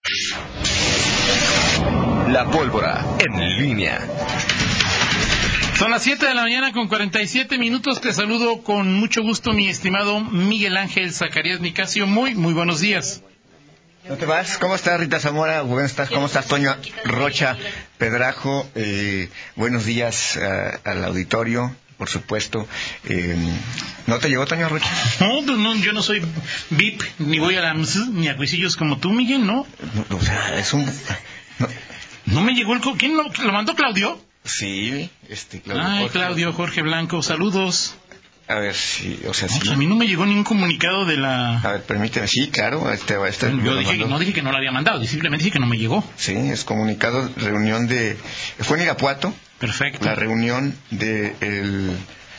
La pólvora en línea. Son las 7 de la mañana con 47 minutos. Te saludo con mucho gusto, mi estimado Miguel Ángel Zacarías Nicasio. Muy buenos días. ¿No te vas? ¿Cómo estás, Rita Zamora? Buenas tardes. ¿Cómo estás, Toño Rocha Pedrajo? Buenos días al auditorio, por supuesto. ¿No te llegó, Toño Rocha? No, yo no soy VIP, ni voy a la ni a cuisillos como tú, Miguel, ¿no? O sea, es un... No me llegó el... ¿Quién lo mandó, Claudio? Sí, Claudio. Ay, Claudio, Jorge Blanco, saludos. A ver, sí, o sea, No, sí. pues a mí no me llegó ningún comunicado de la... A ver, permíteme, sí, claro. Yo no dije que no lo había mandado, simplemente dije que no me llegó. Sí, es comunicado, reunión de... Fue en Irapuato. Perfecto. La reunión del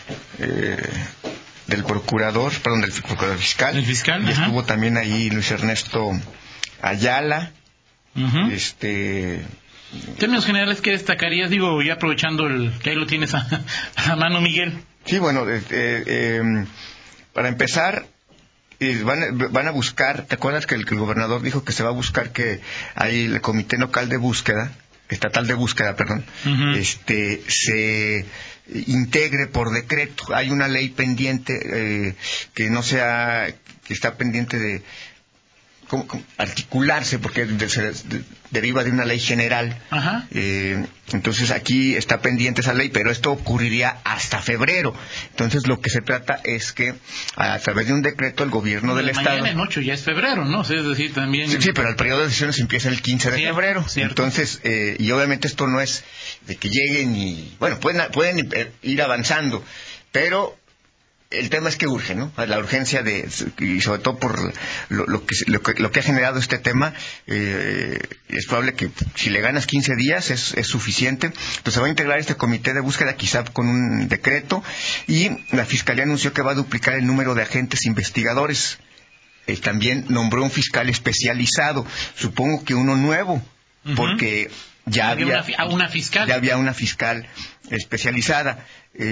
procurador fiscal. El fiscal, y ajá. estuvo también ahí Luis Ernesto Ayala. Uh-huh. Términos generales, ¿qué destacarías? Digo, ya aprovechando que ahí lo tienes a mano, Miguel. Sí, bueno, para empezar, van a buscar, ¿te acuerdas que el gobernador dijo que se va a buscar que hay el Comité Estatal de Búsqueda, uh-huh, se integre por decreto? Hay una ley pendiente que está pendiente de ¿cómo articularse, porque se deriva de una ley general. Ajá. Entonces aquí está pendiente esa ley, pero esto ocurriría hasta febrero. Entonces lo que se trata es que a través de un decreto el gobierno del Estado... Mañana en 8 ya es febrero, ¿no? Es decir, también... Sí, pero el periodo de sesiones empieza el 15 de febrero. Cierto. Entonces, y obviamente esto no es de que lleguen y... Bueno, pueden ir avanzando, pero... El tema es que urge, ¿no? La urgencia y sobre todo por lo que ha generado este tema, es probable que si le ganas 15 días es suficiente. Entonces se va a integrar este comité de búsqueda quizá con un decreto, y la Fiscalía anunció que va a duplicar el número de agentes investigadores. También nombró un fiscal especializado, supongo que uno nuevo, uh-huh, porque ya había una fiscal especializada.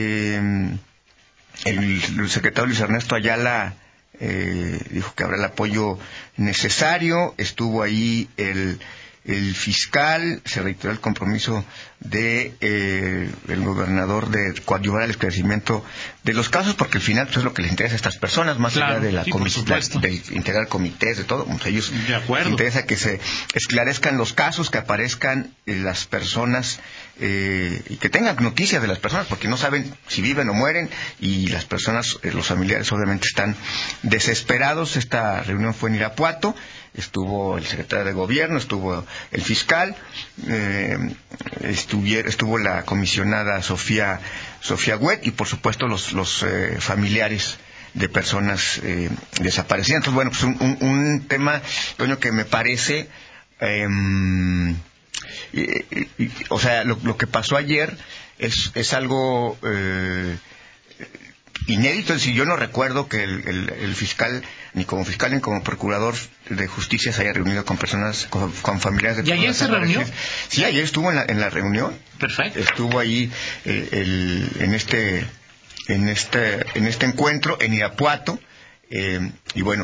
El secretario Luis Ernesto Ayala dijo que habrá el apoyo necesario. Estuvo ahí el fiscal, se reiteró el compromiso de el gobernador de coadyuvar al esclarecimiento de los casos, porque al final pues, es lo que les interesa a estas personas, más allá de de integrar comités, de todo. Pues, ellos les interesa que se esclarezcan los casos, que aparezcan las personas y que tengan noticias de las personas, porque no saben si viven o mueren, y las personas, los familiares obviamente están desesperados. Esta reunión fue en Irapuato. Estuvo el secretario de Gobierno, estuvo el fiscal, estuvo la comisionada Sofía Huet, y por supuesto los familiares de personas desaparecidas. Entonces, bueno, pues un tema, Toño, que me parece... o sea, lo que pasó ayer es algo... inédito. Es decir, yo no recuerdo que el fiscal, ni como fiscal ni como procurador de justicia, se haya reunido con personas, con familiares de personas. ¿Y ayer se reunió? Sí, ayer estuvo en la reunión. Perfecto. Estuvo ahí en este encuentro en Irapuato, y bueno,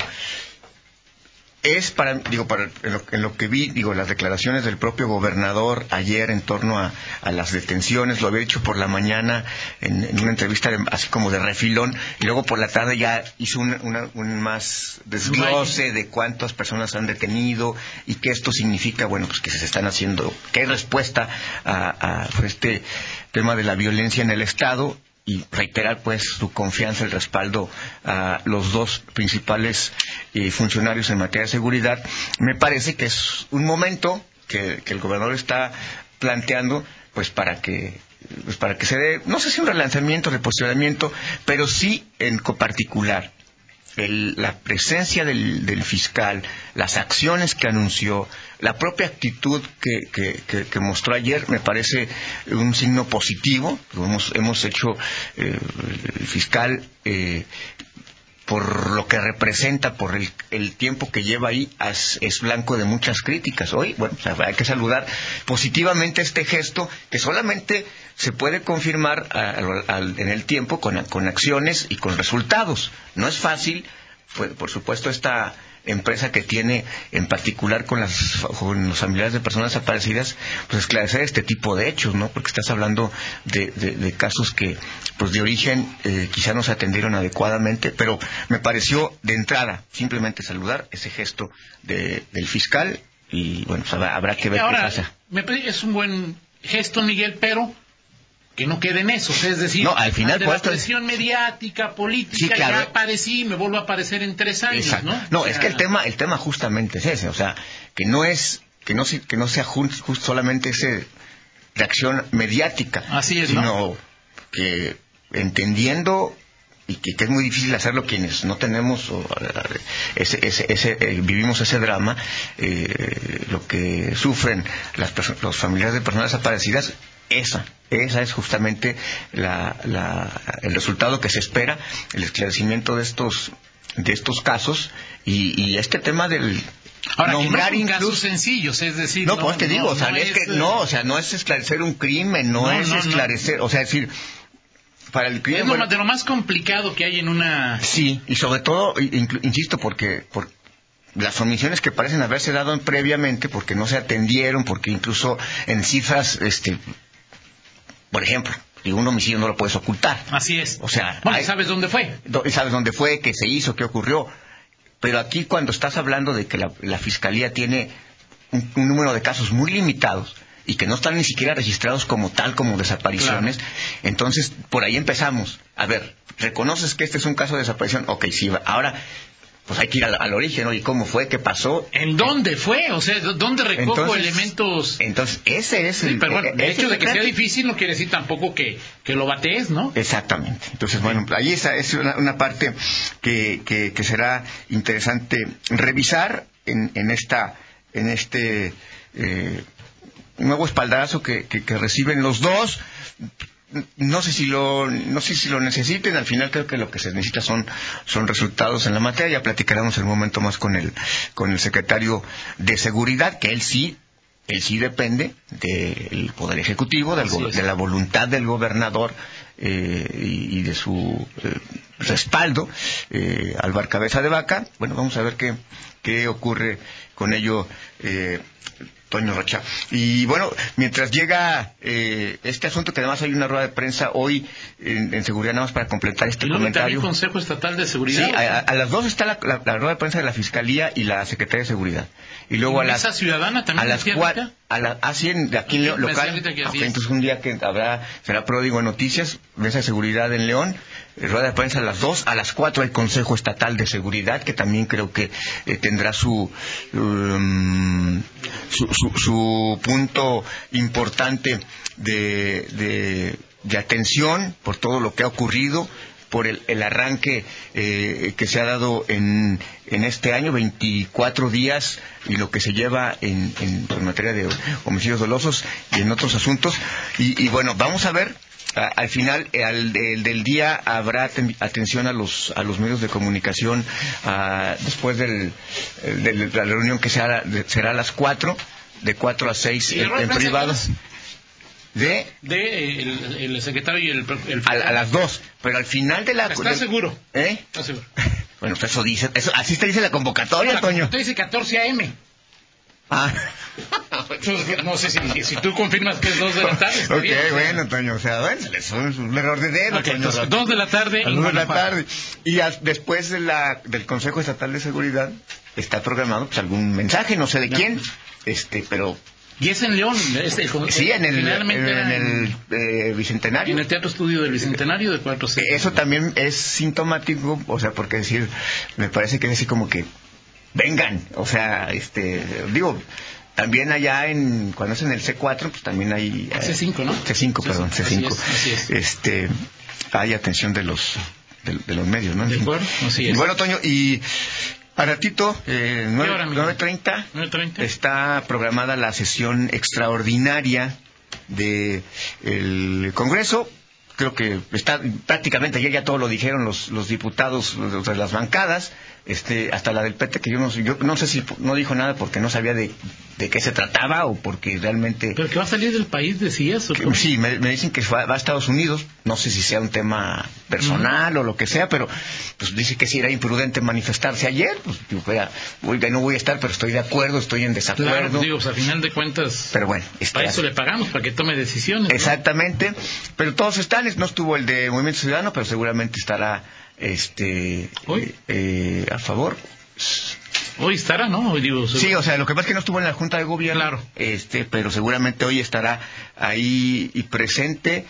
en lo que vi, las declaraciones del propio gobernador ayer en torno a las detenciones, lo había dicho por la mañana en una entrevista así como de refilón, y luego por la tarde ya hizo un más desglose de cuántas personas han detenido y qué esto significa, bueno, pues que se están haciendo, que hay respuesta a este tema de la violencia en el Estado, y reiterar pues su confianza, el respaldo a los dos principales funcionarios en materia de seguridad. Me parece que es un momento que el gobernador está planteando pues para que se dé, no sé si un relanzamiento, reposicionamiento, pero sí en particular la presencia del fiscal, las acciones que anunció, la propia actitud que mostró ayer, me parece un signo positivo. Hemos hecho el fiscal, por lo que representa, por el tiempo que lleva ahí, es blanco de muchas críticas. Hoy, bueno, hay que saludar positivamente este gesto, que solamente se puede confirmar en el tiempo con acciones y con resultados. No es fácil, pues, por supuesto, esta empresa que tiene, en particular con los familiares de personas desaparecidas, pues esclarecer este tipo de hechos, ¿no? Porque estás hablando de casos que, pues de origen, quizá no se atendieron adecuadamente, pero me pareció de entrada simplemente saludar ese gesto del fiscal y, bueno, pues habrá que ver qué pasa. Es un buen gesto, Miguel, pero que no quede en eso, es decir, no, al final de la presión mediática, política, sí, claro, ya aparecí y me vuelvo a aparecer en 3 años. Exacto. ¿No? No, es que el tema justamente es ese, o sea, que no sea justo solamente ese reacción mediática, así es, sino ¿no? Que entendiendo y que es muy difícil hacerlo quienes no tenemos vivimos ese drama, lo que sufren los familiares de personas desaparecidas. Esa es justamente el resultado que se espera, el esclarecimiento de estos casos y este tema del ahora, nombrar que no son casos sencillos, es decir, no, pues te digo, o sea, no es esclarecer un crimen, no es esclarecer, o sea, es decir, para el crimen es de lo más complicado que hay en una. Sí, y sobre todo, insisto, porque las omisiones que parecen haberse dado previamente, porque no se atendieron, porque incluso en cifras, por ejemplo, un homicidio no lo puedes ocultar. Así es. O sea, ¿sabes dónde fue? Sabes dónde fue, qué se hizo, qué ocurrió. Pero aquí cuando estás hablando de que la Fiscalía tiene un número de casos muy limitados y que no están ni siquiera registrados como tal, como desapariciones, claro, entonces por ahí empezamos. A ver, ¿reconoces que este es un caso de desaparición? Ok, sí, ahora pues hay que ir al origen, ¿no? ¿Y cómo fue? ¿Qué pasó? ¿En dónde fue? O sea, ¿dónde recojo elementos? Entonces, ese es el... Pero bueno, el hecho de que sea difícil no quiere decir tampoco que lo batees, ¿no? Exactamente. Entonces, bueno, ahí esa es una parte que será interesante revisar en este nuevo espaldarazo que reciben los dos. No sé si lo necesiten. Al final creo que lo que se necesita son resultados en la materia. Ya platicaremos en un momento más con el secretario de Seguridad, que él sí depende del Poder Ejecutivo, de la voluntad del gobernador y de su respaldo al bar Cabeza de Vaca. Bueno, vamos a ver qué ocurre con ello, Toño Rocha. Y bueno, mientras llega este asunto, que además hay una rueda de prensa hoy en seguridad, nada más para completar este comentario. ¿Y Consejo Estatal de Seguridad? Sí, a las 2 está la rueda de prensa de la Fiscalía y la Secretaría de Seguridad. Y luego a las... ¿Mesa Ciudadana también? A las 4... de aquí en local. Entonces un día que será pródigo en noticias, Mesa de Seguridad en León, rueda de prensa a las 2, a las 4 el Consejo Estatal de Seguridad, que también creo que tendrá su punto importante de atención por todo lo que ha ocurrido, por el arranque que se ha dado en este año, 24 días, y lo que se lleva en materia de homicidios dolosos y en otros asuntos. Y bueno, vamos a ver, al final del día habrá atención a los medios de comunicación después de la reunión que será a las 4, de 4 a 6 en privado. El secretario y el a las 2, pero al final de la... ¿Estás seguro? ¿Estás seguro? Bueno, eso dice, así te dice la convocatoria, Toño. Usted dice 14 a.m. No sé si tú confirmas que es 2 de la tarde. Ok, bien, bueno, Toño, o sea, bueno, es un error de dedo. Okay, entonces, 2 de la tarde. 2 de la tarde. Y después del Consejo Estatal de Seguridad está programado pues algún mensaje, no sé de quién, pero... ¿Y es en León? Sí, en el Bicentenario. En el Teatro Estudio del Bicentenario de 4 a 6. Eso también es sintomático, o sea, porque decir, me parece que es así como que vengan, o sea, digo, también allá cuando es en el C4, pues también hay... C5, ¿no? C5, perdón, C5. Así es. Hay atención de los medios, ¿no? De acuerdo, así es. Bueno, Toño, y... A ratito, 9:30, está programada la sesión extraordinaria del Congreso. Creo que está prácticamente, ayer ya todo lo dijeron los diputados de las bancadas, hasta la del PT, que yo no sé si no dijo nada porque no sabía de qué se trataba o porque realmente... ¿Pero que va a salir del país, decías? ¿O cómo? Sí, me dicen que va a Estados Unidos, no sé si sea un tema personal o lo que sea, pero pues dice que sí era imprudente manifestarse ayer, pues oiga, no voy a estar, pero estoy de acuerdo, estoy en desacuerdo. Claro, digo, a final de cuentas, pero bueno, para eso le pagamos, para que tome decisiones, ¿no? Exactamente, pero todos están, no estuvo el de Movimiento Ciudadano, pero seguramente estará a favor. Hoy estará, ¿no? Hoy digo, sí, o sea, lo que pasa es que no estuvo en la Junta de Gobierno, claro, pero seguramente hoy estará ahí y presente.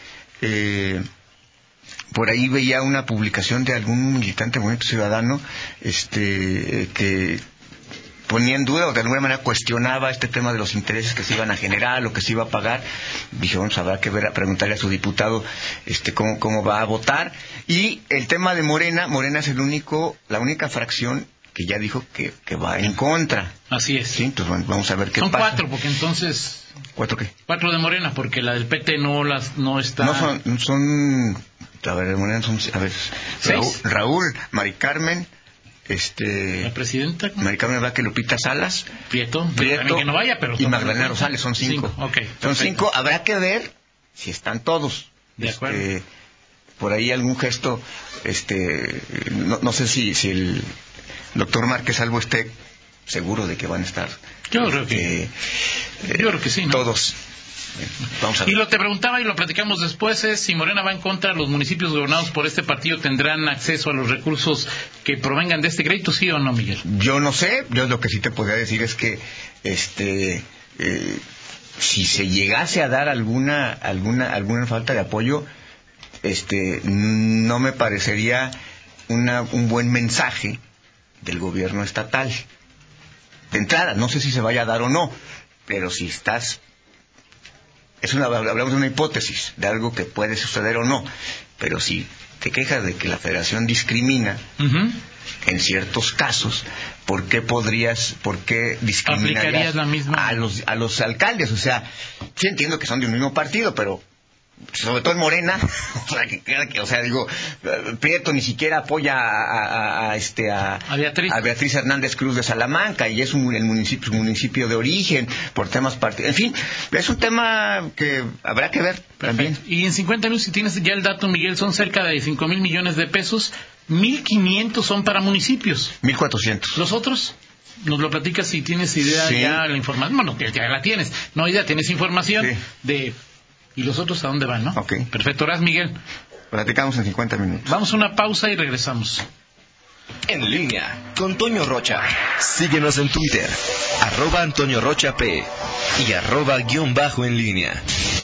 Por ahí veía una publicación de algún militante del Movimiento Ciudadano, que ponía en duda o de alguna manera cuestionaba este tema de los intereses que se iban a generar, lo que se iba a pagar. Dije, vamos, habrá que preguntarle a su diputado cómo va a votar. Y el tema de Morena es la única fracción que ya dijo que va en contra. Así es. Sí, entonces bueno, vamos a ver qué pasa. Son 4, porque entonces... ¿4 qué? 4 de Morena, porque la del PT no está... No, son... A ver, de Morena son... A ver... 6. Raúl, Mari Carmen... la presidenta Mari Carmen Vázquez, Lupita Salas, Prieto que no vaya, pero y Magdalena Rosales, son 5. Okay, son 5, habrá que ver si están todos. De acuerdo. Por ahí algún gesto, no sé si el doctor Márquez Albo esté seguro de que van a estar. Yo creo que sí, ¿no? Todos. Vamos a ver. Y lo te preguntaba y lo platicamos después es si Morena va en contra, los municipios gobernados por este partido tendrán acceso a los recursos que provengan de este crédito, ¿sí o no, Miguel? Yo no sé, yo lo que sí te podría decir es que si se llegase a dar alguna falta de apoyo, no me parecería un buen mensaje del gobierno estatal. De entrada, no sé si se vaya a dar o no, pero si estás... hablamos de una hipótesis, de algo que puede suceder o no, pero si te quejas de que la Federación discrimina en ciertos casos, ¿por qué discriminarías la misma... a los alcaldes? O sea, sí entiendo que son de un mismo partido, pero sobre todo en Morena, Prieto ni siquiera apoya a Beatriz Hernández Cruz de Salamanca, y es el municipio de origen, por temas en fin, es un tema que habrá que ver. Perfecto. También. Y en 50 años, si tienes ya el dato, Miguel, son cerca de 5,000 millones de pesos, 1,500 son para municipios. 1,400. ¿Los otros? Nos lo platicas si tienes idea. Sí. Ya la información, bueno, ya la tienes, no idea, tienes información de... ¿Y los otros a dónde van, no? Ok. Perfecto, gracias, Miguel. Platicamos en 50 minutos. Vamos a una pausa y regresamos. En línea con Toño Rocha. Síguenos en Twitter, @AntonioRochaP y @_en línea.